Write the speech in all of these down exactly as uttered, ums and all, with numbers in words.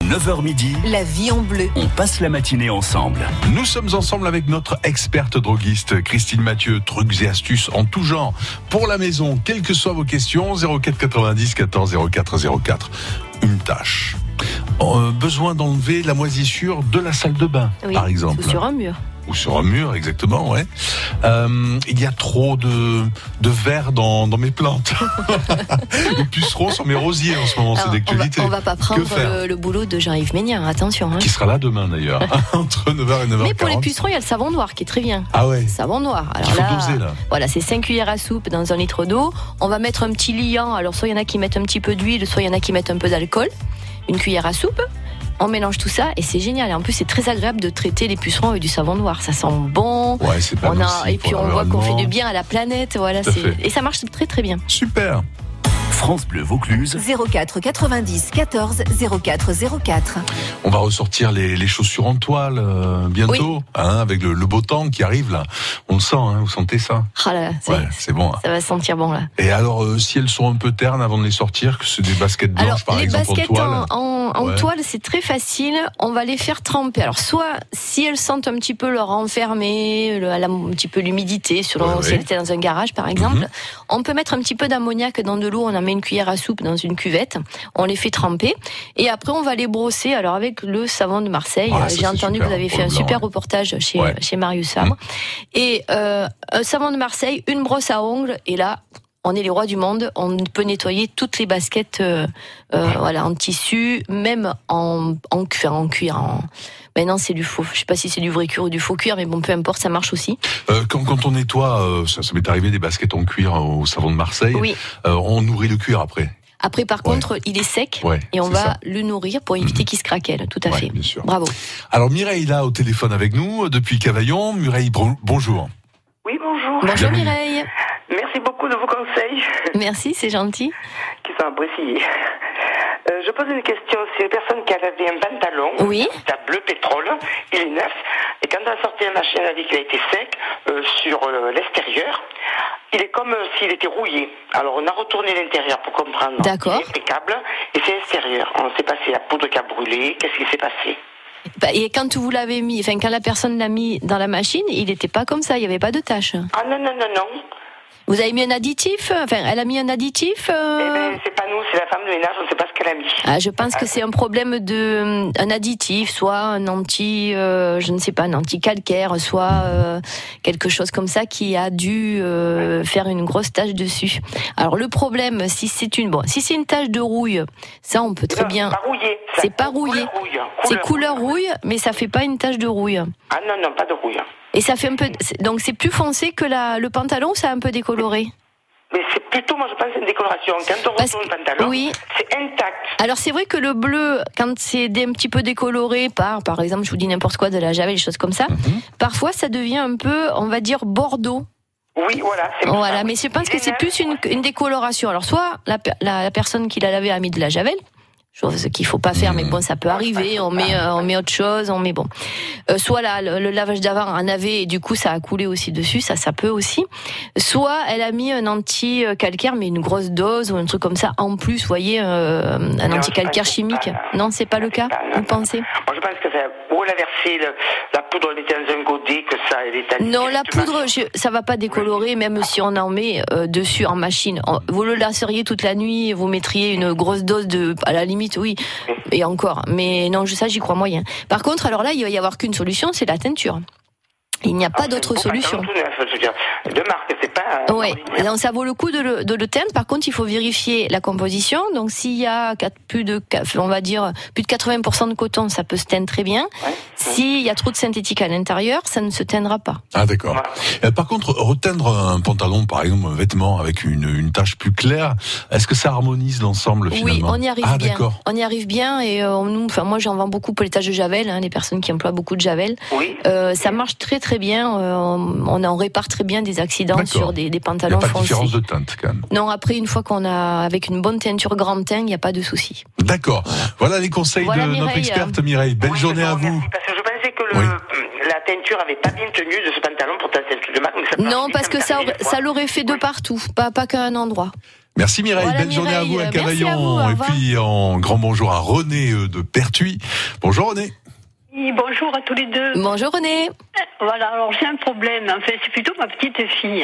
neuf heures midi, La vie en bleu. on passe la matinée ensemble. Nous sommes ensemble avec notre experte droguiste Christine Mathieu, trucs et astuces en tout genre pour la maison, quelles que soient vos questions. Zéro quatre quatre-vingt-dix quatorze zéro quatre zéro quatre. Une tâche. Euh, besoin d'enlever la moisissure de la salle de bain, Oui, par exemple. ou sur un mur. Ou sur un mur, exactement, ouais. Euh, il y a trop de, de verre dans, dans mes plantes. Les pucerons sur mes rosiers en ce moment, Alors, c'est d'actualité. On va, on va pas Que prendre faire le, le boulot de Jean-Yves Ménien, attention. Hein. Qui sera là demain d'ailleurs, entre neuf heures et neuf heures quarante. Mais pour les pucerons, il y a le savon noir qui est très bien. Ah ouais. Savon noir. Alors Il faut là, doser là. Voilà, c'est cinq cuillères à soupe dans un litre d'eau. On va mettre un petit liant. Alors soit il y en a qui mettent un petit peu d'huile, soit il y en a qui mettent un peu d'alcool. Une cuillère à soupe. On mélange tout ça et c'est génial. Et en plus, c'est très agréable de traiter les pucerons avec du savon noir. Ça sent bon. Ouais, c'est pas On a, nocif et puis pour on voit qu'on fait l'environnement. du bien à la planète. Voilà, Tout à c'est, fait. et ça marche très très bien. Super. France Bleu Vaucluse, zéro quatre quatre-vingt-dix quatorze zéro quatre zéro quatre. On va ressortir les, les chaussures en toile euh, bientôt, hein, avec le, le beau temps qui arrive là. On le sent, hein, vous sentez ça? Ah là là, c'est- Ouais, c'est bon. hein. ça va sentir bon là. Et alors, euh, si elles sont un peu ternes avant de les sortir, que c'est des baskets blanches Alors, par les exemple baskets en toile. en, en- en Ouais. toile, c'est très facile. On va les faire tremper. Alors, soit si elles sentent un petit peu leur enfermé, le, un petit peu l'humidité, selon Ouais, si ouais. elles étaient dans un garage, par exemple, Mhm. on peut mettre un petit peu d'ammoniac dans de l'eau. On en met une cuillère à soupe dans une cuvette. On les fait tremper. Et après, on va les brosser. Alors, avec le savon de Marseille. Ah, Euh, ça, J'ai c'est entendu super, que vous avez pour fait le un blanc, super ouais. reportage chez, Ouais. chez Marius Fabre. Et euh, un savon de Marseille, une brosse à ongles. Et là, on est les rois du monde. On peut nettoyer toutes les baskets, euh, euh, voilà, en tissu, même en en cuir, en cuir. En... Ben non, c'est du faux. Je sais pas si c'est du vrai cuir ou du faux cuir, mais bon, peu importe, ça marche aussi. Euh, quand, quand on nettoie, euh, ça, ça m'est arrivé des baskets en cuir au savon de Marseille. Oui. Euh, on nourrit le cuir après. Après, par Ouais. contre, il est sec Ouais, et on c'est va ça. le nourrir pour éviter qu'il se craquelle. Tout à Ouais, fait. bien sûr. Bravo. Alors Mireille là au téléphone avec nous euh, depuis Cavaillon. Mireille, bon- bonjour. Oui, bonjour. Bonjour Bienvenue. Mireille. Merci beaucoup de vos conseils Merci, c'est gentil. qui sont appréciés. Euh, je pose une question. C'est une personne qui a lavé un pantalon, Oui. un bleu pétrole, il est neuf, et quand on a sorti la machine à laver qu'il a été sec euh, sur euh, l'extérieur, il est comme euh, s'il était rouillé. Alors on a retourné l'intérieur pour comprendre. D'accord. Il est impeccable, et c'est l'extérieur. On sait pas si la poudre qui a brûlé, qu'est-ce qui s'est passé. Bah, et quand vous l'avez mis, enfin quand la personne l'a mis dans la machine, il n'était pas comme ça, il n'y avait pas de tache. Ah non, non, non, non. Vous avez mis un additif? Enfin, elle a mis un additif euh... Eh ben, c'est pas nous, c'est la femme de ménage, on ne sait pas ce qu'elle a mis. Ah, je pense que c'est un problème de un additif, soit un anti, euh, je ne sais pas, un anti-calcaire, soit euh, quelque chose comme ça qui a dû euh, faire une grosse tache dessus. Alors le problème, si c'est une bon, si c'est une tache de rouille, ça on peut très Non, bien. C'est pas rouillé. C'est pas rouillé. Couleur rouille. C'est couleur rouille, mais ça fait pas une tache de rouille. Ah non, non, pas de rouille. Et ça fait un peu, donc c'est plus foncé que la, le pantalon, ça a un peu décoloré. Mais c'est plutôt, moi je pense, une décoloration. Quand on Parce retourne que- le pantalon, oui. c'est intact. Alors c'est vrai que le bleu, quand c'est des- un petit peu décoloré par, par exemple, je vous dis n'importe quoi, de la javel, des choses comme ça, Mhm. parfois ça devient un peu, on va dire, bordeaux. Oui, voilà. C'est pour Voilà, ça. mais je pense Il que est c'est neuf. plus une, une décoloration. Alors soit la, per- la, la personne qui l'a lavé a mis de la javel, chose qu'il faut pas faire, mais bon, ça peut arriver. On met, euh, on met autre chose, on met bon. Euh, soit là, le, le lavage d'avant en avait et du coup ça a coulé aussi dessus, ça, ça peut aussi. Soit elle a mis un anti-calcaire, mais une grosse dose ou un truc comme ça en plus, vous voyez, euh, un Non, anti-calcaire c'est pas- chimique. c'est pas- Non, c'est pas le c'est cas. pas- non, Vous non. pensez? Moi je pense que c'est où elle a versé le- la poudre, elle était dans un godet, que ça, elle est allée Non, la directement poudre, je, ça va pas décolorer, même si on en met euh, dessus en machine. En- Vous le laceriez toute la nuit, vous mettriez une grosse dose de, à la limite, oui, et encore. Mais non, je- ça, j'y crois moyen. Par contre, alors là, il va y avoir qu'une solution, c'est la teinture. Il n'y a pas Ah, d'autre c'est un beau solution. pantalon tout neuf, je veux dire. De marque, c'est pas. euh, Ouais, ordinaire. donc ça vaut le coup de le, de le teindre. Par contre, il faut vérifier la composition. Donc, s'il y a quatre- plus de, on va dire, plus de quatre-vingts pour cent de coton, ça peut se teindre très bien. Ouais. S'il y a trop de synthétique à l'intérieur, ça ne se teindra pas. Ah d'accord. Euh, par contre, reteindre un pantalon, par exemple, un vêtement avec une, une tache plus claire, est-ce que ça harmonise l'ensemble finalement? Oui, on y arrive ah, bien. d'accord. On y arrive bien et euh, nous, enfin moi j'en vends beaucoup pour les taches de javel, hein, les personnes qui emploient beaucoup de javel. Oui. Euh, ça marche très très bien. Euh, on, on répare très bien des accidents D'accord. sur des, des Il n'y a pantalons pas de foncés. différence de teinte quand même. Non, après une fois qu'on a avec une bonne teinture grand teint, il n'y a pas de souci. D'accord. Voilà les conseils Voilà, de Mireille, notre experte Mireille. Belle Oui, journée je à vous vous. remercie, Parce que je pensais que le, Oui. la teinture avait pas bien tenu de ce pantalon, pourtant c'est un truc de marque. Mais ça peut Non, arriver, parce ça que m'est ça, arrivé aurait- une fois. ça l'aurait fait de Oui. partout, pas, pas qu'à un endroit. Merci Mireille, Voilà, belle journée à Mireille. vous à Merci Cavaillon. à vous, au Et revoir. puis en grand bonjour à René euh, de Pertuis. Bonjour René. Oui, bonjour à tous les deux. Bonjour René. Voilà, alors j'ai un problème. Enfin, c'est plutôt ma petite fille.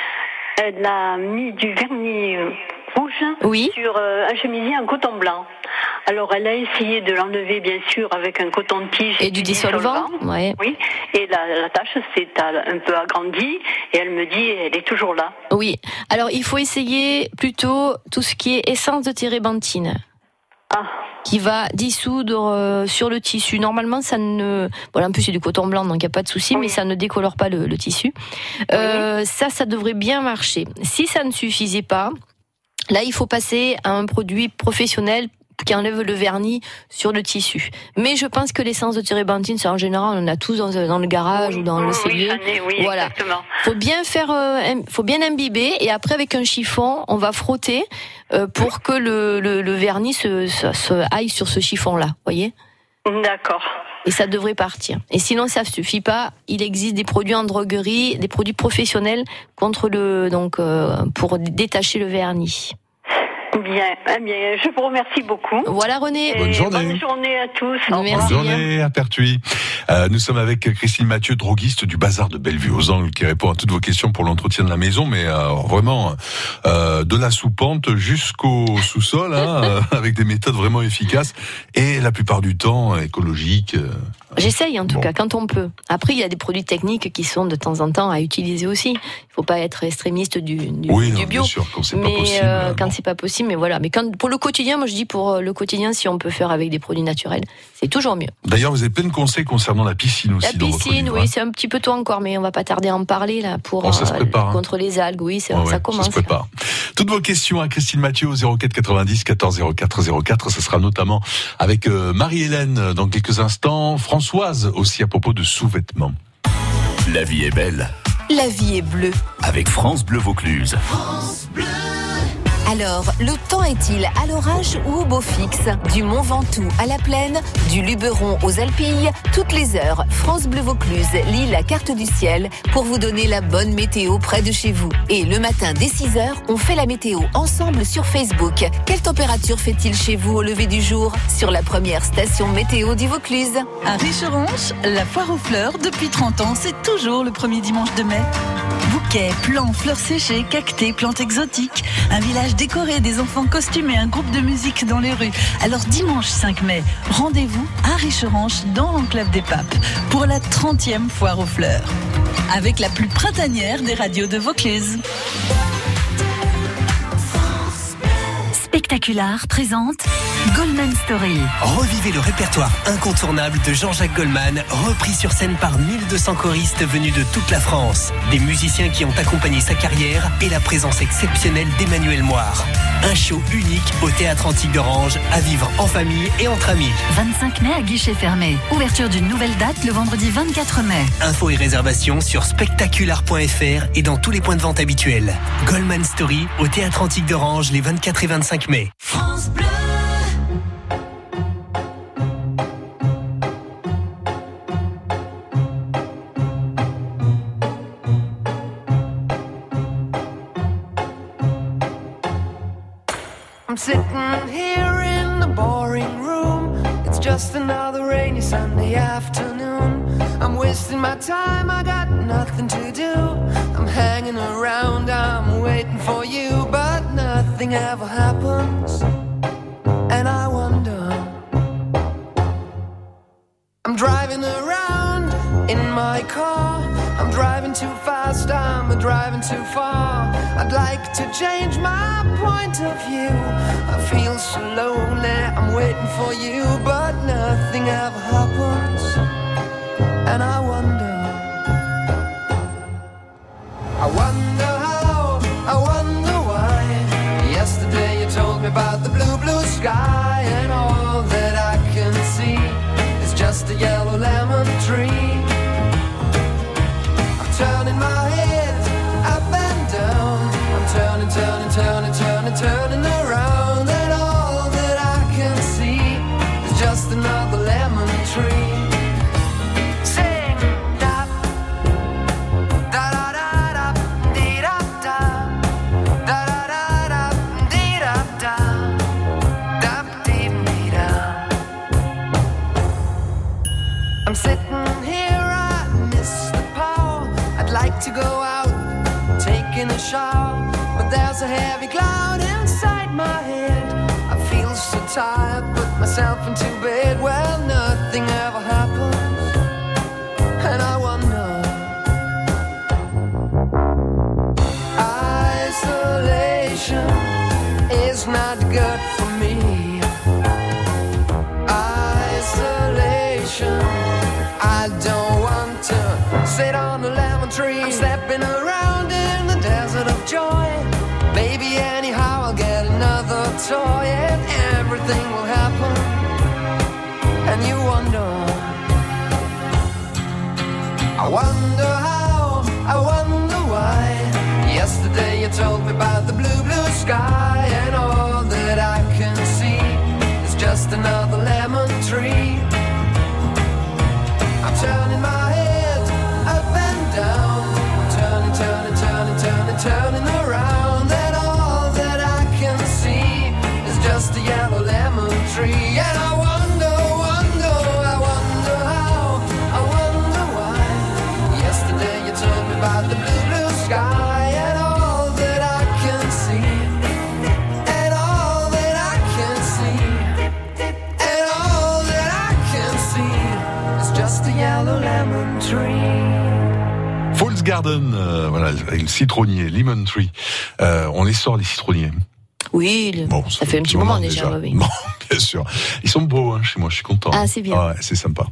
Elle a mis du vernis euh, rouge Oui. sur euh, un chemisier en coton blanc. Alors, elle a essayé de l'enlever, bien sûr, avec un coton-tige Et du dissolvant. Ouais. Oui. Et la, la tache s'est un peu agrandie. Et elle me dit, elle est toujours là. Oui. Alors, il faut essayer plutôt tout ce qui est essence de térébenthine. Ah. Qui va dissoudre euh, sur le tissu. Normalement, ça ne... Bon, en plus, c'est du coton blanc, donc il n'y a pas de souci, Oui. mais ça ne décolore pas le, le tissu. Euh, Oui. Ça, ça devrait bien marcher. Si ça ne suffisait pas, là, il faut passer à un produit professionnel qui enlève le vernis sur le tissu. Mais je pense que l'essence de térébenthine, ça, en général, on en a tous dans, dans le garage Oui. ou dans le Oui, cellier. j'en ai, oui, Voilà. exactement. Faut bien faire, euh, im- faut bien imbiber et après avec un chiffon, on va frotter euh, pour que le, le, le vernis se, se, se aille sur ce chiffon-là, voyez. D'accord. Et ça devrait partir. Et sinon, ça suffit pas. Il existe des produits en droguerie, des produits professionnels contre le, donc euh, pour détacher le vernis. Bien, eh bien, je vous remercie beaucoup. Voilà René. Et Bonne journée. Bonne journée à tous. Au Merci. revoir. Bonne journée à Pertuis. Euh, nous sommes avec Christine Mathieu, droguiste du Bazar de Bellevue aux Angles, qui répond à toutes vos questions pour l'entretien de la maison, mais euh, vraiment euh, de la soupente jusqu'au sous-sol, hein, euh, avec des méthodes vraiment efficaces et la plupart du temps écologiques. Euh, J'essaye en tout Bon. cas quand on peut. Après, il y a des produits techniques qui sont de temps en temps à utiliser aussi. Il faut pas être extrémiste du, du, oui, du non, bio. bien sûr, quand c'est pas Mais possible. euh, quand bon. c'est pas possible, mais voilà. Mais quand pour le quotidien, moi je dis pour euh, le quotidien, si on peut faire avec des produits naturels, c'est toujours mieux. D'ailleurs, vous avez plein de conseils concernant la piscine aussi La dans votre piscine, livre, oui, hein. c'est un petit peu tôt encore, mais on va pas tarder à en parler là pour Oh, ça se prépare, hein. contre les algues. Oui, ça, Ouais, ouais, ça commence. se prépare. Toutes vos questions à Christine Mathieu au zéro quatre quatre-vingt-dix quatorze zéro quatre zéro quatre. Ce sera notamment avec euh, Marie-Hélène dans quelques instants. Françoise aussi à propos de sous-vêtements. La vie est belle La vie est bleue. avec France Bleu Vaucluse. Alors, le temps est-il à l'orage ou au beau fixe? Du Mont Ventoux à la Plaine, du Luberon aux Alpilles, toutes les heures, France Bleu Vaucluse lit la carte du ciel pour vous donner la bonne météo près de chez vous. Et le matin dès six heures, on fait la météo ensemble sur Facebook. Quelle température fait-il chez vous au lever du jour? Sur la première station météo du Vaucluse. À Richeronche, la foire aux fleurs, depuis trente ans, c'est toujours le premier dimanche de mai. Bouquets, plants, fleurs séchées, cactés, plantes exotiques, un village décoré, des enfants costumés, un groupe de musique dans les rues. Alors dimanche cinq mai, rendez-vous à Richeronche dans l'enclave des Papes pour la trentième foire aux fleurs. Avec la plus printanière des radios de Vaucluse. Spectacular présente Goldman Story. Revivez le répertoire incontournable de Jean-Jacques Goldman, repris sur scène par mille deux cents choristes venus de toute la France. Des musiciens qui ont accompagné sa carrière et la présence exceptionnelle d'Emmanuel Moire. Un show unique au Théâtre Antique d'Orange, à vivre en famille et entre amis. vingt-cinq mai à guichet fermé. Ouverture d'une nouvelle date le vendredi vingt-quatre mai. Infos et réservations sur spectacular point f r et dans tous les points de vente habituels. Goldman Story au Théâtre Antique d'Orange les vingt-quatre et vingt-cinq mai. France Bleu. I'm sitting here in the boring room. It's just another rainy Sunday afternoon. I'm wasting my time, I got nothing to do. I'm hanging around, I'm waiting for you, but nothing ever happens. And I wonder, I'm driving around in my car. I'm driving too fast, I'm driving too far. I'd like to change my point of view. I feel so lonely, I'm waiting for you, but nothing ever happens. And I wonder, I wonder how, I wonder why. Yesterday you told me about the blue, blue sky, and all that I can see is just a yellow lemon tree. Turning my head up and down. I'm turning, turning, turning, turning, turning around. And all that I can see is just another lemon tree. Sing da da da da da dee da da da da da da I'm sitting here, I miss the power. I'd like to go out, taking a shower, but there's a heavy cloud inside my head. I feel so tired, put myself into bed. Well, nothing ever happens, and I wonder. Isolation is not good for me. Isolation, I don't want to sit on a lemon tree. I'm stepping around in the desert of joy. Maybe anyhow I'll get another toy and everything will happen. And you wonder, I wonder how, I wonder why. Yesterday you told me about the blue, blue sky, and all that I can see is just another lemon tree. I'm turning my head up and down, I'm turning, turning, turning, turning, turning around, and all that I can see is just a yellow lemon tree. And I wonder, wonder, I wonder how, I wonder why. Yesterday you told me about the blue, blue sky, and all that I can see, and all that I can see, and all that I can see is just a yellow lemon tree. Falls Garden, euh, voilà, avec le citronnier, Lemon Tree. Euh, on les sort, les citronniers. Oui, le... bon, ça, ça fait un petit moment, moment déjà. déjà. Oui. Bon, bien sûr. Ils sont beaux, hein, chez moi, je suis content. Ah, c'est bien. Ah, ouais, c'est sympa.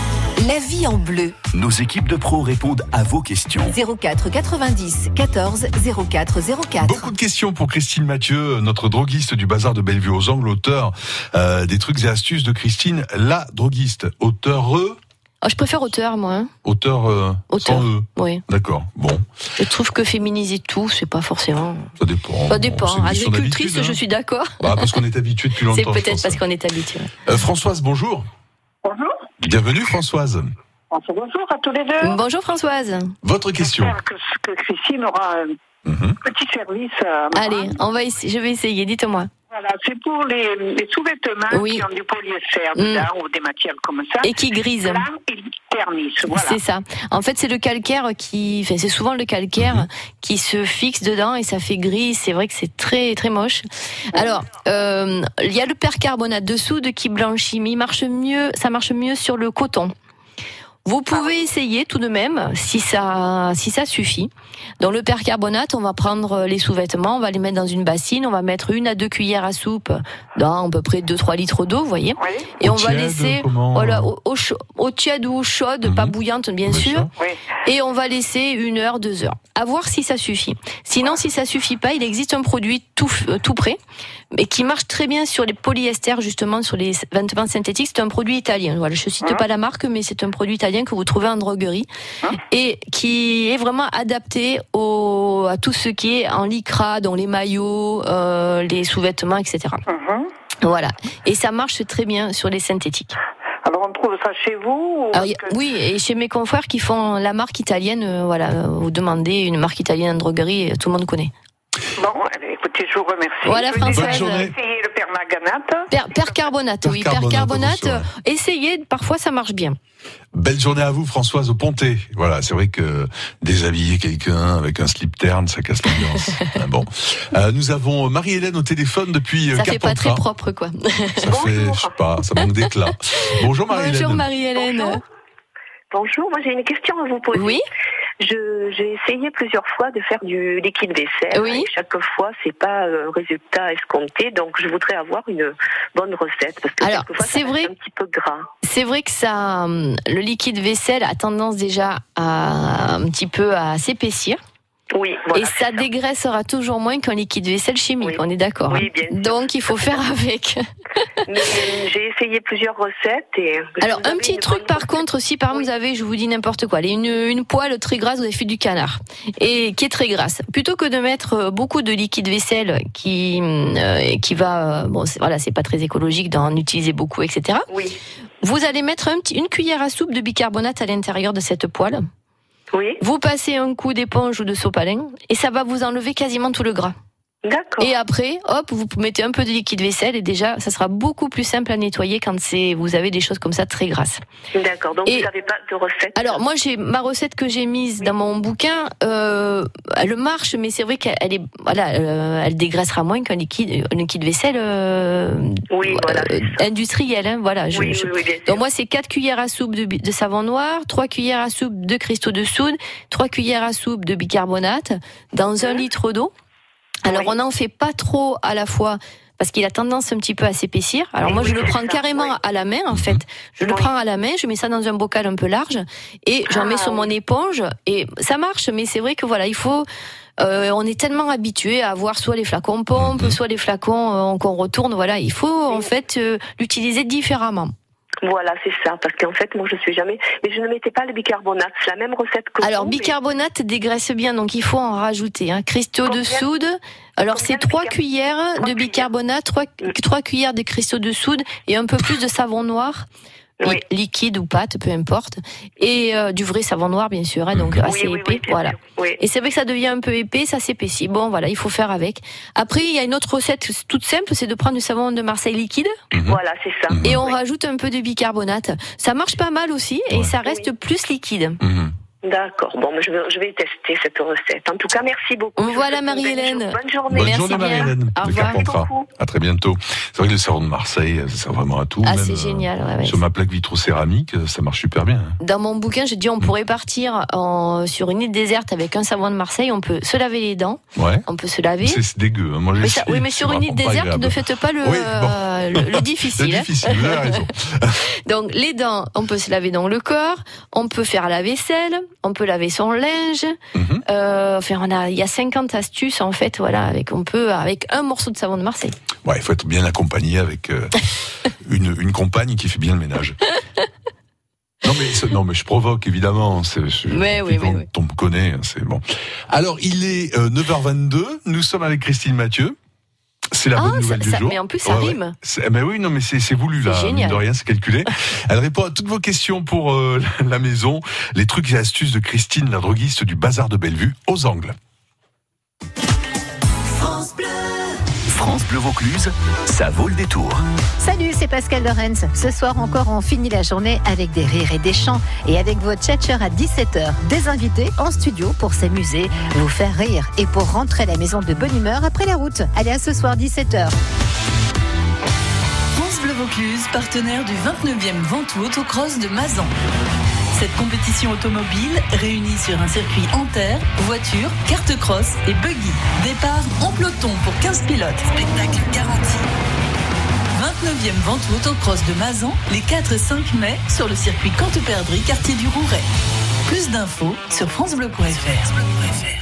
La vie en bleu. Nos équipes de pros répondent à vos questions. zéro quatre quatre-vingt-dix quatorze zéro quatre zéro quatre. Beaucoup de questions pour Christine Mathieu, notre droguiste du bazar de Bellevue aux Angles, auteur euh, des trucs et astuces de Christine, la droguiste. Auteur E Oh, je préfère auteur, moi. Hein. Auteur, euh, auteur sans E. Oui. D'accord, bon. Je trouve que féminiser tout, c'est pas forcément... Ça dépend. Ça dépend. Bon, agricultrice, hein. Je suis d'accord. Bah, parce qu'on est habitué depuis longtemps. C'est peut-être parce qu'on est habitué. Euh, Françoise, bonjour. Bonjour. Bienvenue, Françoise. Bonjour à tous les deux. Bonjour, Françoise. Votre question. J'espère que, que Christine aura un mm-hmm. petit service à Allez, on va essayer, je vais essayer, dites-moi. Voilà, c'est pour les, les sous-vêtements oui. qui ont du polyester mmh. dedans ou des matières comme ça. Et qui grisent. Blanc et ternissent, voilà. C'est ça. En fait, c'est le calcaire qui, enfin, c'est souvent le calcaire mmh. qui se fixe dedans et ça fait gris. C'est vrai que c'est très, très moche. Mmh. Alors, euh, il y a le percarbonate dessous de qui blanchit, mais il marche mieux, ça marche mieux sur le coton. Vous pouvez essayer tout de même, si ça, si ça suffit. Dans le percarbonate, on va prendre les sous-vêtements, on va les mettre dans une bassine, on va mettre une à deux cuillères à soupe dans à peu près deux trois litres d'eau, vous voyez. Oui. Et au on va tiède, laisser, comment... voilà, au, au, au tiède ou chaude, mmh. pas bouillante bien, bien sûr. sûr. Oui. Et on va laisser une heure, deux heures. À voir si ça suffit. Sinon, si ça suffit pas, il existe un produit tout, euh, tout prêt, mais qui marche très bien sur les polyesters, justement, sur les vêtements synthétiques. C'est un produit italien. Voilà, je cite mmh. pas la marque, mais c'est un produit italien que vous trouvez en droguerie mmh. et qui est vraiment adapté au, à tout ce qui est en lycra, dont les maillots, euh, les sous-vêtements, et cetera. Mmh. Voilà. Et ça marche très bien sur les synthétiques. Alors on trouve ça chez vous ou... Alors, oui, et chez mes confrères qui font la marque italienne, euh, voilà, vous demandez une marque italienne en droguerie, tout le monde connaît. Bon, écoutez, je vous remercie. Voilà, Françoise. Essayez le permanganate. Per, percarbonate, oui, percarbonate. percarbonate essayez, parfois ça marche bien. Belle journée à vous, Françoise, au Pontet. Voilà, c'est vrai que déshabiller quelqu'un avec un slip terne, ça casse l'ambiance. bon, euh, nous avons Marie-Hélène au téléphone depuis ça Carpentras. Ça fait pas très propre, quoi. Ça fait, je sais pas, ça manque d'éclat. Bonjour Marie-Hélène. Bonjour Marie-Hélène. Bonjour. Bonjour, moi j'ai une question à vous poser. Oui. Je, j'ai essayé plusieurs fois de faire du liquide vaisselle. Oui. Et chaque fois, c'est pas euh, résultat escompté. Donc, je voudrais avoir une bonne recette parce que alors quelquefois, c'est ça vrai, reste un petit peu gras. C'est vrai que ça, le liquide vaisselle a tendance déjà à un petit peu à s'épaissir. Oui, voilà, et ça, ça dégraissera toujours moins qu'un liquide vaisselle chimique, oui. On est d'accord. Oui, bien sûr. Donc il faut faire avec. Mais j'ai essayé plusieurs recettes et. Alors un petit truc par recette. Contre, si par exemple oui. vous avez, je vous dis n'importe quoi, une, une poêle très grasse, vous avez fait du canard et qui est très grasse. Plutôt que de mettre beaucoup de liquide vaisselle qui euh, qui va, bon, c'est, voilà, c'est pas très écologique d'en utiliser beaucoup, et cetera. Oui. Vous allez mettre un petit, une cuillère à soupe de bicarbonate à l'intérieur de cette poêle. Oui. Vous passez un coup d'éponge ou de sopalin et ça va vous enlever quasiment tout le gras. D'accord. Et après, hop, vous mettez un peu de liquide vaisselle et déjà, ça sera beaucoup plus simple à nettoyer quand c'est, vous avez des choses comme ça très grasses. D'accord. Donc et, vous n'avez pas de recette. Alors moi, j'ai ma recette que j'ai mise oui. dans mon bouquin. Euh, elle marche, mais c'est vrai qu'elle est, voilà, euh, elle dégraissera moins qu'un liquide, un liquide vaisselle euh, oui, voilà, euh, industriel. Hein, voilà. Je, oui, je, oui, oui, bien donc moi, c'est quatre cuillères à soupe de, de savon noir, trois cuillères à soupe de cristaux de soude, trois cuillères à soupe de bicarbonate dans un mmh. litre d'eau. Alors, oui. on n'en fait pas trop à la fois parce qu'il a tendance un petit peu à s'épaissir. Alors, oui, moi, je oui, le prends ça, carrément oui. à la main, en fait. Je oui. le prends à la main, je mets ça dans un bocal un peu large et j'en ah, mets sur oui. mon éponge et ça marche. Mais c'est vrai que voilà, il faut... Euh, on est tellement habitué à avoir soit les flacons pompe, mmh. soit les flacons euh, qu'on retourne. Voilà, il faut, oui. en fait, euh, l'utiliser différemment. Voilà, c'est ça, parce qu'en fait, moi, je suis jamais... Mais je ne mettais pas le bicarbonate, c'est la même recette que Alors, vous, bicarbonate mais... dégraisse bien, donc il faut en rajouter. Hein. Cristaux Combien... de soude, alors Combien c'est trois bicar... cuillères trois de bicarbonate, trois, mmh. trois cuillères de cristaux de soude et un peu plus de savon noir. Oui. Liquide ou pâte, peu importe, et euh, du vrai savon noir bien sûr, hein, donc oui, assez oui, épais, oui, voilà. Oui. Et c'est vrai que ça devient un peu épais, ça s'épaissit. Bon, voilà, il faut faire avec. Après, il y a une autre recette toute simple, c'est de prendre du savon de Marseille liquide. Mm-hmm. Voilà, c'est ça. Et on oui. rajoute un peu de bicarbonate. Ça marche pas mal aussi, et ouais. ça reste oui. plus liquide. Mm-hmm. D'accord. Bon, mais je vais, je vais tester cette recette. En tout cas, merci beaucoup. Voilà, Marie-Hélène. Bonne journée. Bonne merci journée, Marie-Hélène. Au revoir. À très bientôt. C'est vrai que le savon de Marseille, ça sert vraiment à tout. Ah, même, c'est génial. Ouais, ouais. Sur ma plaque vitro-céramique, ça marche super bien. Dans mon bouquin, j'ai dit on pourrait partir en, sur une île déserte avec un savon de Marseille. On peut se laver les dents. Ouais. On peut se laver. C'est, c'est dégueu. Moi, mais ça, oui, mais sur une île déserte, ne faites pas le, oui, bon. euh, le, le difficile. Le difficile, vous avez raison. Donc, les dents, on peut se laver dans le corps. On peut faire la vaisselle. On peut laver son linge. Mm-hmm. Euh, enfin, on a, il y a cinquante astuces, en fait, voilà, avec, on peut, avec un morceau de savon de Marseille. Ouais, il faut être bien accompagné avec euh, une, une compagne qui fait bien le ménage. Non mais, non mais je provoque évidemment, c'est, je, mais oui, mais oui. On me connaît, c'est bon. Alors, il est euh, neuf heures vingt-deux, nous sommes avec Christine Mathieu. C'est la ah, bonne nouvelle ça, du ça, jour. Mais en plus, ça ouais, rime. Ouais. C'est, mais oui, non, mais c'est, c'est voulu, là. C'est Mine de rien, c'est calculé. Elle répond à toutes vos questions pour euh, la maison. Les trucs et astuces de Christine, la droguiste du Bazar de Bellevue, aux Angles. France Bleu. France Bleu Vaucluse, ça vaut le détour. Salut, c'est Pascal Lorenz. Ce soir encore, on finit la journée avec des rires et des chants. Et avec votre tchatcher à dix-sept heures, des invités en studio pour s'amuser, vous faire rire et pour rentrer à la maison de bonne humeur après la route. Allez, à ce soir, dix-sept heures. France Bleu Vaucluse, partenaire du vingt-neuvième Ventoux Autocross de Mazan. Cette compétition automobile réunit sur un circuit en terre, voiture, carte cross et buggy. Départ en peloton pour quinze pilotes. Spectacle garanti. vingt-neuvième Ventoux Autocross de Mazan, les quatre et cinq mai, sur le circuit Cantes-Perdrix, quartier du Rouret. Plus d'infos sur francebleu point f r.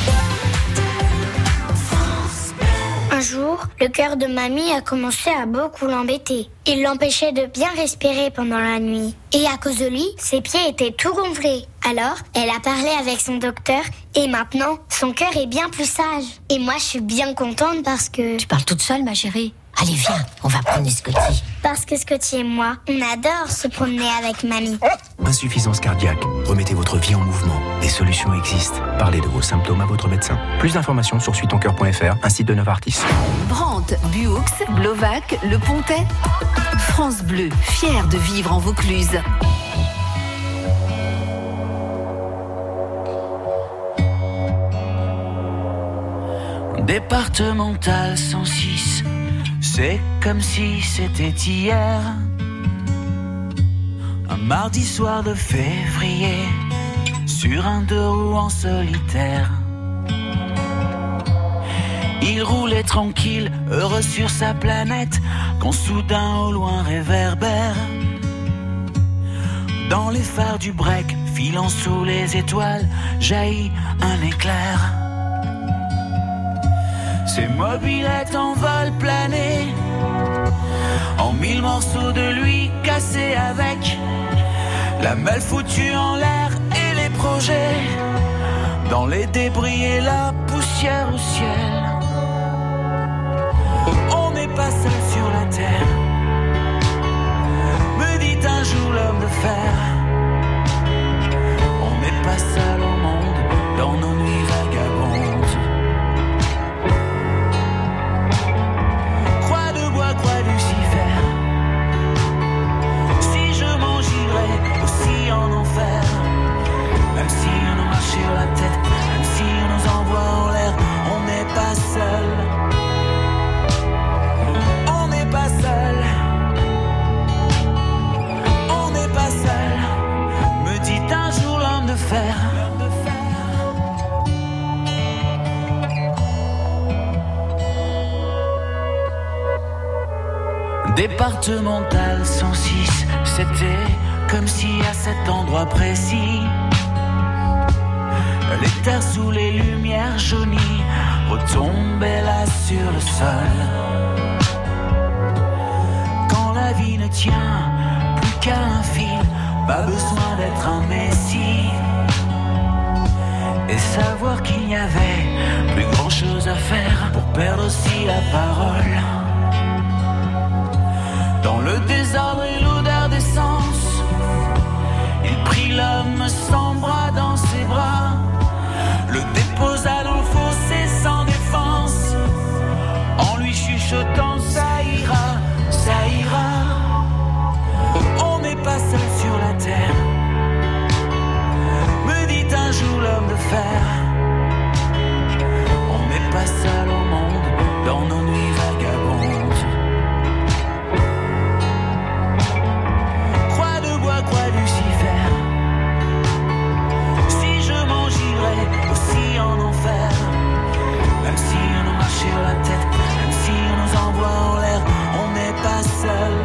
Un jour, le cœur de mamie a commencé à beaucoup l'embêter. Il l'empêchait de bien respirer pendant la nuit. Et à cause de lui, ses pieds étaient tout gonflés. Alors, elle a parlé avec son docteur et maintenant, son cœur est bien plus sage. Et moi, je suis bien contente parce que... Tu parles toute seule, ma chérie. Allez, viens, on va promener Scotty. Parce que Scotty et moi, on adore se promener avec mamie. Insuffisance cardiaque. Remettez votre vie en mouvement. Des solutions existent. Parlez de vos symptômes à votre médecin. Plus d'informations sur suis ton cœur point f r, un site de Novartis. Brandt, Buoux, Blovac, Le Pontet. France Bleu, fière de vivre en Vaucluse. Départemental cent six, c'est comme si c'était hier. Un mardi soir de février, sur un deux roues en solitaire. Il roulait tranquille, heureux sur sa planète, quand soudain au loin réverbère. Dans les phares du break, filant sous les étoiles, jaillit un éclair. Ses mobylettes en vol plané, en mille morceaux de lui cassés avec la malle foutue en l'air et les projets dans les débris et la poussière au ciel. On n'est pas seul sur la terre, me dit un jour l'homme de fer. On n'est pas seul au monde dans nos nuits vagabondes. Départemental cent six, c'était comme si à cet endroit précis, les terres sous les lumières jaunies retombaient là sur le sol. Quand la vie ne tient plus qu'à un fil, pas besoin d'être un messie, et savoir qu'il n'y avait plus grand chose à faire pour perdre aussi la parole. Dans le désordre et l'odeur d'essence, il prit l'homme sans bras dans ses bras, le déposa dans le fossé sans défense, en lui chuchotant ça ira, ça ira. On n'est pas seul sur la terre, me dit un jour l'homme de fer. On n'est pas seul au monde, dans nos nuits vagabondes. Croix de bois, croix Lucifer, si je m'en girais aussi en enfer, même si on nous marche sur la tête, même si on nous envoie en l'air, on n'est pas seul.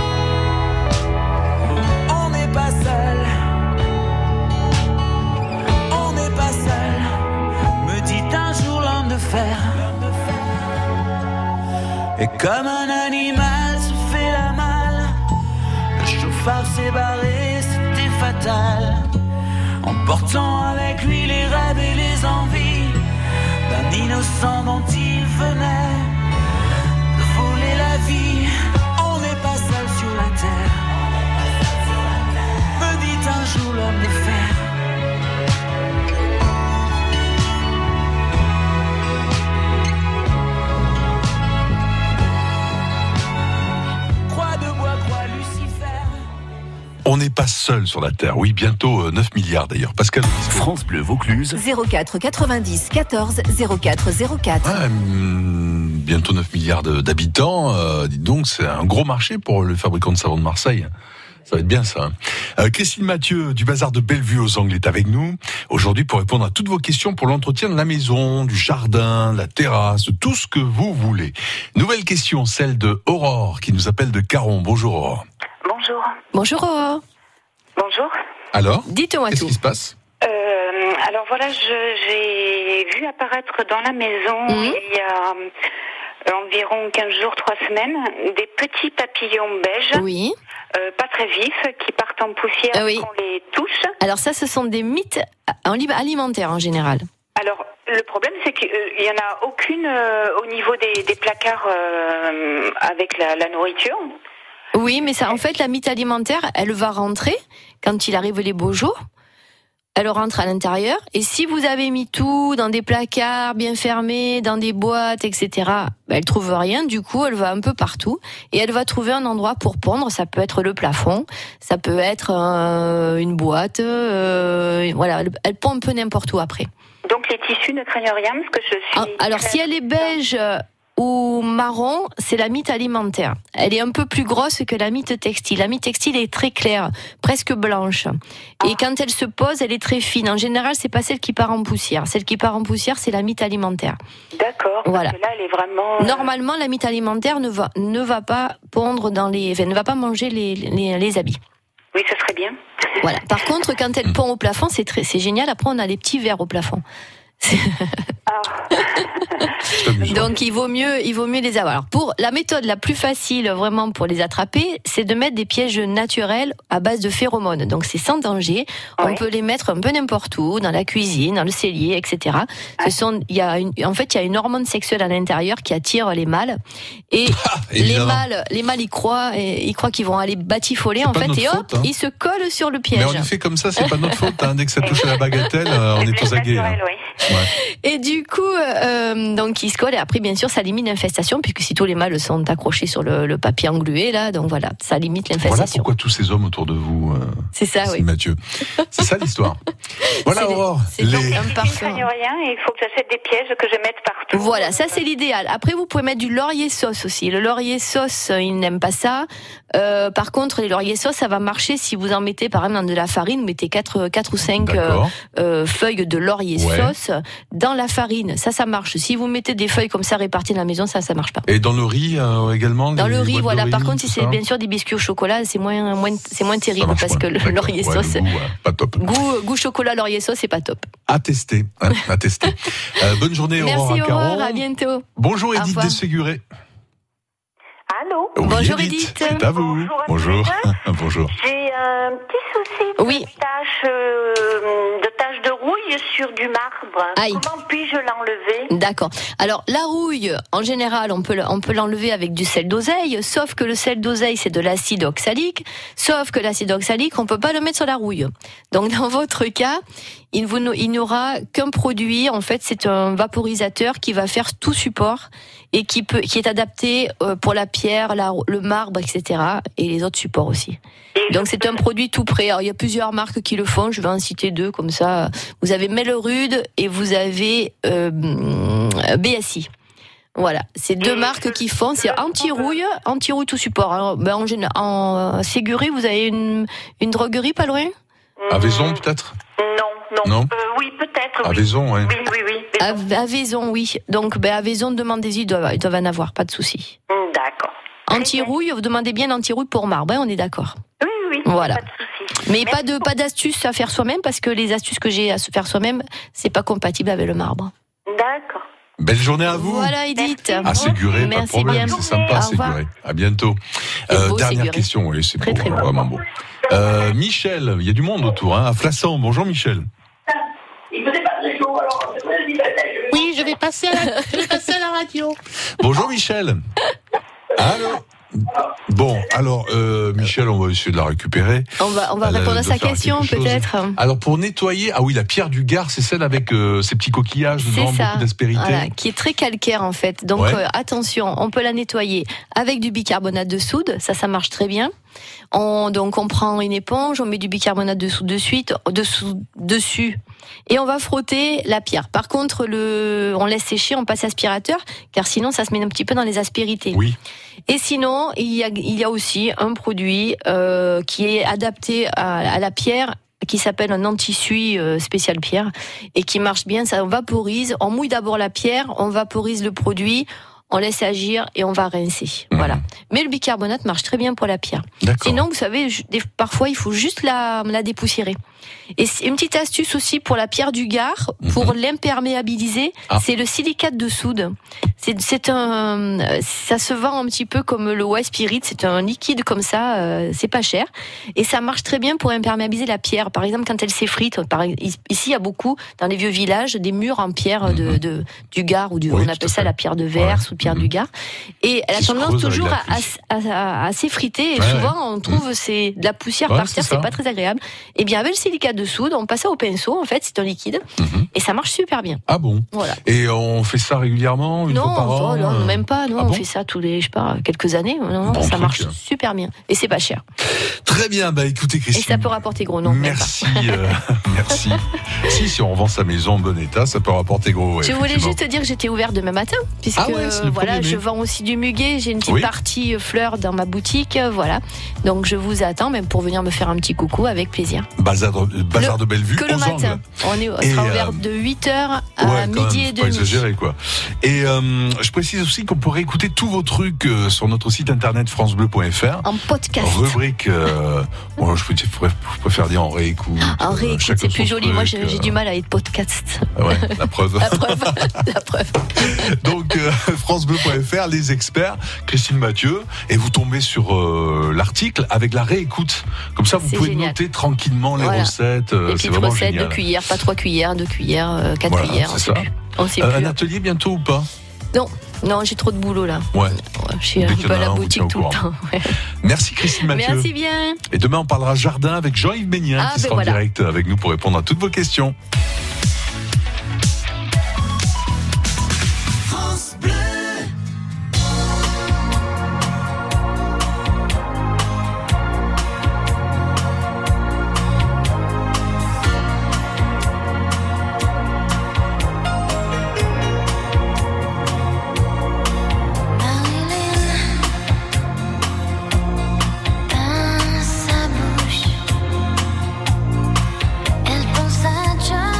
On n'est pas seul. On n'est pas seul, me dit un jour l'homme de fer. Et comme un animal se fait la malle, le chauffard s'est barré, c'était fatal, emportant avec lui les rêves et les envies d'un innocent dont il venait de voler la vie. On n'est pas seul sur la terre, me dit un jour l'homme de fer. On n'est pas seul sur la Terre. Oui, bientôt neuf milliards d'ailleurs. Pascal. France Bleu Vaucluse. zéro quatre quatre-vingt-dix quatorze zéro quatre zéro quatre. Ah, hum, bientôt neuf milliards d'habitants. Euh, dites donc, c'est un gros marché pour le fabricant de savon de Marseille. Ça va être bien ça. Euh, Christine Mathieu du Bazar de Bellevue aux Angles est avec nous aujourd'hui pour répondre à toutes vos questions pour l'entretien de la maison, du jardin, de la terrasse, de tout ce que vous voulez. Nouvelle question, celle de Aurore qui nous appelle de Caron. Bonjour Aurore. Bonjour. Bonjour Aurore. Bonjour. Alors, dites-moi qu'est-ce tout. qui se passe? Euh, alors voilà, je, j'ai vu apparaître dans la maison mmh. il y a euh, environ quinze jours, trois semaines, des petits papillons beiges. Oui. Euh, pas très vifs, qui partent en poussière ah oui. quand on les touche. Alors ça, ce sont des mythes alimentaires en général. Alors, le problème, c'est qu'il n'y euh, en a aucune euh, au niveau des, des placards euh, avec la, la nourriture. Oui, mais ça, en fait, la mythe alimentaire, elle va rentrer quand il arrive les beaux jours. Elle rentre à l'intérieur. Et si vous avez mis tout dans des placards bien fermés, dans des boîtes, et cetera, ben, elle trouve rien. Du coup, elle va un peu partout et elle va trouver un endroit pour pondre. Ça peut être le plafond, ça peut être euh, une boîte. Euh, voilà, elle, elle pond un peu n'importe où après. Donc les tissus ne craignent rien parce que je suis. Ah, alors si elle est beige ou marron, c'est la mythe alimentaire. Elle est un peu plus grosse que la mythe textile. La mythe textile est très claire, presque blanche. Et quand elle se pose, elle est très fine. En général, c'est pas celle qui part en poussière. Celle qui part en poussière, c'est la mythe alimentaire. D'accord. Voilà. Parce que là, elle est vraiment. Normalement, la mythe alimentaire ne va ne va pas pondre dans les, enfin, ne va pas manger les les, les habits. Oui, ça serait bien. Voilà. Par contre, quand elle pond au plafond, c'est très, c'est génial. Après, on a des petits verres au plafond. Donc il vaut mieux, il vaut mieux les avoir. Alors pour la méthode la plus facile vraiment pour les attraper, c'est de mettre des pièges naturels à base de phéromones. Donc c'est sans danger. Oui. On peut les mettre un peu n'importe où, dans la cuisine, dans le cellier, et cetera. Ce sont, il y a une, en fait, il y a une hormone sexuelle à l'intérieur qui attire les mâles. Et les mâles, les mâles, ils croient, ils croient qu'ils vont aller batifoler en fait, et hop, faute, hein. Ils se collent sur le piège. Mais on est fait comme ça, c'est pas notre faute. Hein. Dès que ça touche à la bagatelle, on est aux aguets. Hein. Oui. Ouais. Et du coup, euh, donc ils se collent et après bien sûr ça limite l'infestation puisque si tous les mâles sont accrochés sur le, le papier englué là, donc voilà, ça limite l'infestation. Voilà pourquoi tous ces hommes autour de vous. Euh, c'est ça, oui. Mathieu. C'est ça l'histoire. Voilà c'est Aurore. C'est les... donc un parfum. Il ne rien et il faut que j'achète des pièges que je mette partout. Voilà, ça c'est l'idéal. Après vous pouvez mettre du laurier sauce aussi. Le laurier sauce, il n'aime pas ça. Euh, par contre, les lauriers sauce, ça va marcher si vous en mettez par exemple dans de la farine, vous mettez quatre, quatre ou cinq euh, euh, feuilles de laurier ouais. sauce dans la farine. farine, ça, ça marche. Si vous mettez des feuilles comme ça réparties dans la maison, ça, ça marche pas. Et dans le riz euh, également. Dans le riz, voilà. Riz, Par contre, si c'est ça. bien sûr des biscuits au chocolat, c'est moins, moins, c'est moins terrible parce moins. que le D'accord. laurier ouais, sauce, le goût, ouais, pas top. goût, goût chocolat, laurier sauce, c'est pas top. À tester, hein, à tester. euh, bonne journée, Aurore. Merci, Aurore. Caron. À bientôt. Bonjour, Au Edith revoir. Dességuré. Allô Oui, Bonjour, Edith. C'est à vous. Bonjour. Bonjour. Bonjour. J'ai un petit souci de Oui. tache euh, de tache de rouille sur du marbre. Aïe. Comment puis-je l'enlever? D'accord. Alors, la rouille, en général, on peut, le- on peut l'enlever avec du sel d'oseille, sauf que le sel d'oseille, c'est de l'acide oxalique, sauf que l'acide oxalique, on peut pas le mettre sur la rouille. Donc, dans votre cas, il, vous, il n'y aura qu'un produit, en fait, c'est un vaporisateur qui va faire tout support et qui peut, qui est adapté euh, pour la pierre, la, le marbre, et cetera, et les autres supports aussi. Donc, c'est un produit tout prêt. Alors, il y a plusieurs marques qui le font, je vais en citer deux, comme ça. Vous avez Mellerude et vous avez euh, B S I. Voilà, c'est deux marques qui font, c'est anti-rouille, anti-rouille tout support. Alors, ben, en, général, en Ségurie, vous avez une, une droguerie pas loin? À Vaison, peut-être? Non, non. Non Euh, oui, peut-être. À oui. Vaison, ouais. Oui, oui, oui. À, à Vaison, oui. Donc, ben, à Vaison, demandez-y, ils doivent, ils doivent en avoir, pas de souci. D'accord. Anti-rouille, vous demandez bien l'anti-rouille pour marbre, hein, on est d'accord. Oui, oui, Voilà. pas de souci. Mais pas de pas d'astuces à faire soi-même, parce que les astuces que j'ai à se faire soi-même, c'est pas compatible avec le marbre. D'accord. Belle journée à vous. Voilà, Edith. À Séguré, pas de Merci problème, bien. c'est sympa, Au revoir. Séguré. À bientôt. C'est Euh, beau, dernière Séguré. question, oui, c'est Très, beau, très beau. vraiment beau. Euh, Michel, il y a du monde autour, hein, à Flassan. Bonjour, Michel. Oui, je vais passer à la, je vais passer à la radio. Bonjour, Michel. Allô. Bon, alors, euh, Michel, on va essayer de la récupérer. On va, on va Elle a- répondre à doit sa faire question, quelque chose. peut-être. Alors, pour nettoyer, ah oui, la pierre du Gard, c'est celle avec euh, ces petits coquillages C'est dedans, ça, beaucoup d'aspérité. voilà, qui est très calcaire en fait. Donc Ouais. euh, attention, on peut la nettoyer avec du bicarbonate de soude, ça, ça marche très bien. On, donc on prend une éponge, on met du bicarbonate de soude de suite, dessous, dessus, et on va frotter la pierre. Par contre, le, on laisse sécher, on passe aspirateur, car sinon ça se met un petit peu dans les aspérités. Oui. Et sinon, il y a, il y a aussi un produit euh, qui est adapté à, à la pierre, qui s'appelle un anti-suie euh, spécial pierre, et qui marche bien, ça vaporise. On mouille d'abord la pierre, on vaporise le produit, on laisse agir et on va rincer. Mmh. Voilà. Mais le bicarbonate marche très bien pour la pierre. D'accord. Sinon, vous savez, je- des- parfois il faut juste la, la dépoussiérer. Et c'est une petite astuce aussi pour la pierre du Gard, pour l'imperméabiliser, Ah. c'est le silicate de soude. C'est, c'est un, ça se vend un petit peu comme le White Spirit, c'est un liquide comme ça, euh, c'est pas cher. Et ça marche très bien pour imperméabiliser la pierre. Par exemple, quand elle s'effrite, par, ici il y a beaucoup, dans les vieux villages, des murs en pierre de, de, du Gard, ou du, Oui, on tout à appelle fait. ça la pierre de verse ou pierre du Gard. Et elle a Qui se tendance creuse avec toujours la à, pluie. à, à, à s'effriter. Et Ouais, souvent, on trouve c'est de la poussière Ouais, par c'est terre, ça. c'est pas très agréable. Et bien, avec le silicate de soude, on passe ça au pinceau, en fait, c'est un liquide. Et ça marche super bien. Ah bon. Voilà. Et on fait ça régulièrement, une Non, fois par an oh, non, euh même pas. Non, Ah on bon fait ça tous les, je sais pas, quelques années. Non, Bon ça truc, marche hein. super bien. Et c'est pas cher. Très bien, bah écoutez, Et Christine. ça peut rapporter gros, non même pas. Merci, euh, merci. Si, si on vend sa maison en bon état, ça peut rapporter gros. ouais, Je voulais effectivement. juste te dire que j'étais ouverte demain matin, puisque Ah ouais, c'est le voilà, premier mai. je vends aussi du muguet, j'ai une petite Oui. partie euh, fleurs dans ma boutique, euh, voilà. Donc je vous attends, même pour venir me faire un petit coucou, avec plaisir. Bazar de, bazar Le- de Bellevue, Que le aux matin. Angles. On, est, on Et, sera euh, ouvert de huit heures à Ouais, quand midi même, et faut pas demi. exagérer, quoi. Et euh, je précise aussi qu'on pourrait écouter tous vos trucs euh, sur notre site internet francebleu point f r. En podcast. Rubrique, euh, bon, je, préfère, je préfère dire en réécoute. En euh, réécoute, chacun c'est son plus joli. Moi, truc, j'ai j'ai euh, du mal à être podcast. Ouais, la preuve. La preuve. La preuve. Donc, euh, francebleu point f r, les experts, Christine Mathieu, et vous tombez sur euh, l'article avec la réécoute. Comme ça, vous C'est pouvez génial. noter tranquillement les Voilà. recettes. euh, Des c'est petites vraiment recettes, génial. deux cuillères, pas trois cuillères, deux cuillères, euh, quatre Voilà, cuillères. c'est on ça. sait plus. On sait Euh, plus. un atelier bientôt ou pas? Non, non, j'ai trop de boulot là. Ouais. Je suis Dès un qu'il y peu en à a la un, on vous boutique tient tout au le temps. Ouais. Merci Christine Mathieu. Merci bien. Et demain, on parlera jardin avec Jean-Yves Ménien Ah, qui ben sera voilà. en direct avec nous pour répondre à toutes vos questions. Dans sa bouche, elle pense à John.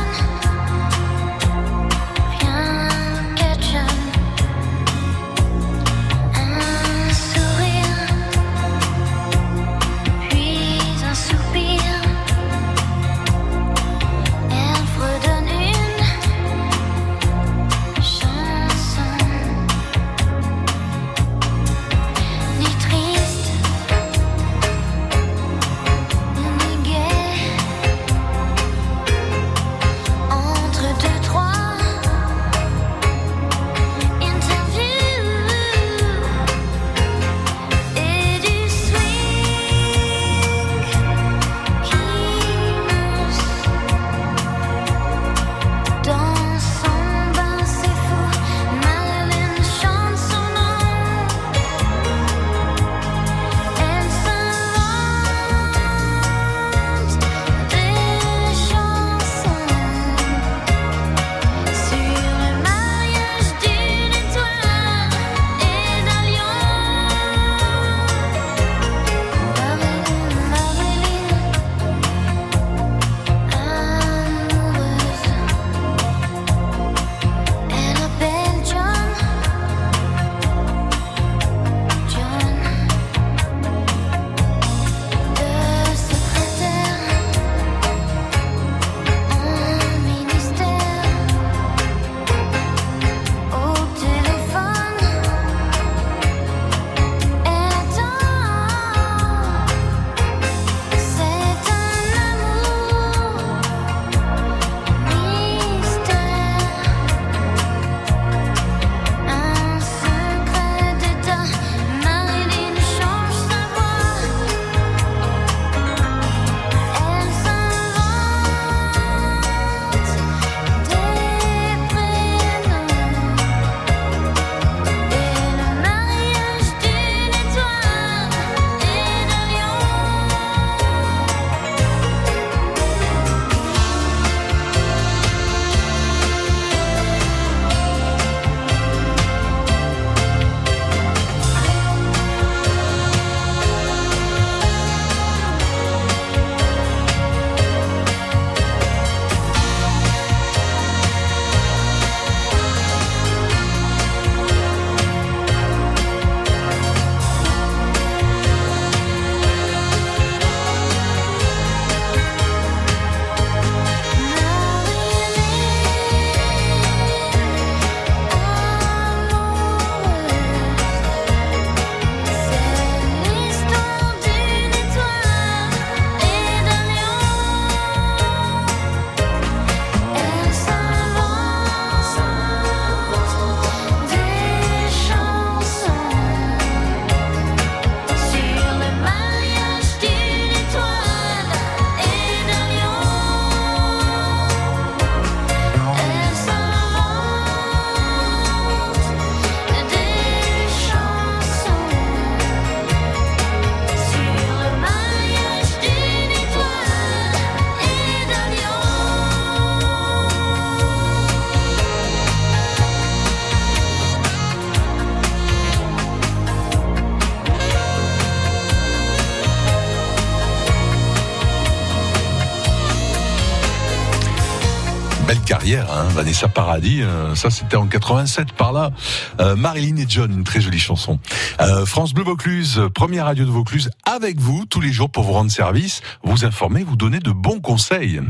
Belle carrière, hein, Vanessa Paradis, euh, ça c'était en quatre-vingt-sept par là. Euh, Marilyn et John, une très jolie chanson. Euh, France Bleu Vaucluse, première radio de Vaucluse, avec vous tous les jours pour vous rendre service, vous informer, vous donner de bons conseils.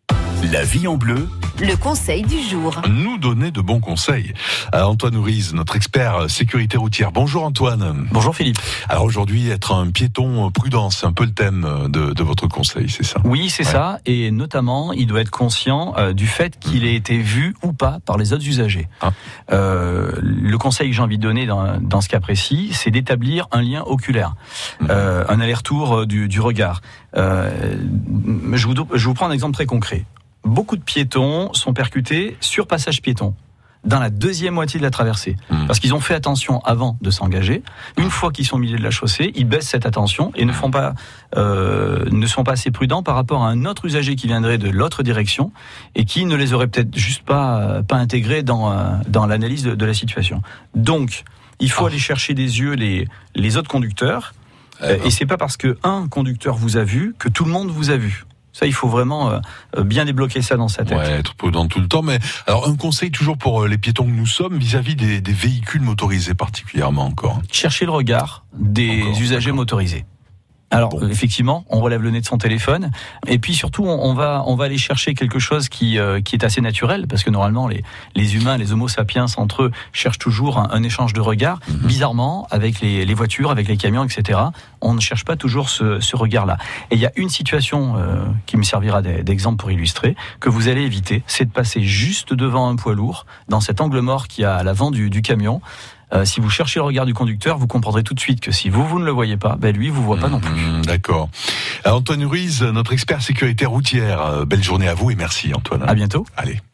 La vie en bleu. Le conseil du jour. Nous donner de bons conseils. Euh, Antoine Ouriz, notre expert sécurité routière. Bonjour Antoine. Bonjour Philippe. Alors aujourd'hui, être un piéton prudent, c'est un peu le thème de, de votre conseil, c'est ça? Oui, c'est ouais. ça. Et notamment, il doit être conscient euh, du fait qu'il ait été vu ou pas par les autres usagers. Ah. Euh, le conseil que j'ai envie de donner dans, dans ce cas précis, c'est d'établir un lien oculaire, mmh. euh, un aller-retour du, du regard. Euh, je, vous, je vous prends un exemple très concret. Beaucoup de piétons sont percutés sur passage piéton, dans la deuxième moitié de la traversée. Mmh. Parce qu'ils ont fait attention avant de s'engager. Une fois qu'ils sont au milieu de la chaussée, ils baissent cette attention et ne, font pas, euh, ne sont pas assez prudents par rapport à un autre usager qui viendrait de l'autre direction et qui ne les aurait peut-être juste pas, pas intégrés dans, dans l'analyse de, de la situation. Donc, il faut oh. aller chercher des yeux les, les autres conducteurs. Euh, et c'est pas parce qu'un conducteur vous a vu que tout le monde vous a vu. Ça, il faut vraiment euh, bien débloquer ça dans sa tête. Ouais, être prudent tout le temps. Mais alors, un conseil toujours pour les piétons que nous sommes vis-à-vis des, des véhicules motorisés particulièrement encore. Chercher le regard des encore, usagers d'accord. motorisés. Alors bon. effectivement, on relève le nez de son téléphone, et puis surtout on, on va on va aller chercher quelque chose qui euh, qui est assez naturel, parce que normalement les les humains, les Homo sapiens entre eux cherchent toujours un, un échange de regards. Mm-hmm. Bizarrement, avec les les voitures, avec les camions, et cetera, on ne cherche pas toujours ce ce regard-là. Et il y a une situation euh, qui me servira d'exemple pour illustrer que vous allez éviter, c'est de passer juste devant un poids lourd dans cet angle mort qu'il y a à l'avant du du camion. Euh, si vous cherchez le regard du conducteur, vous comprendrez tout de suite que si vous, vous ne le voyez pas, ben lui, vous voit pas non plus. Mmh, d'accord. Antoine Ruiz, notre expert sécurité routière. Belle journée à vous et merci Antoine. À bientôt. Allez.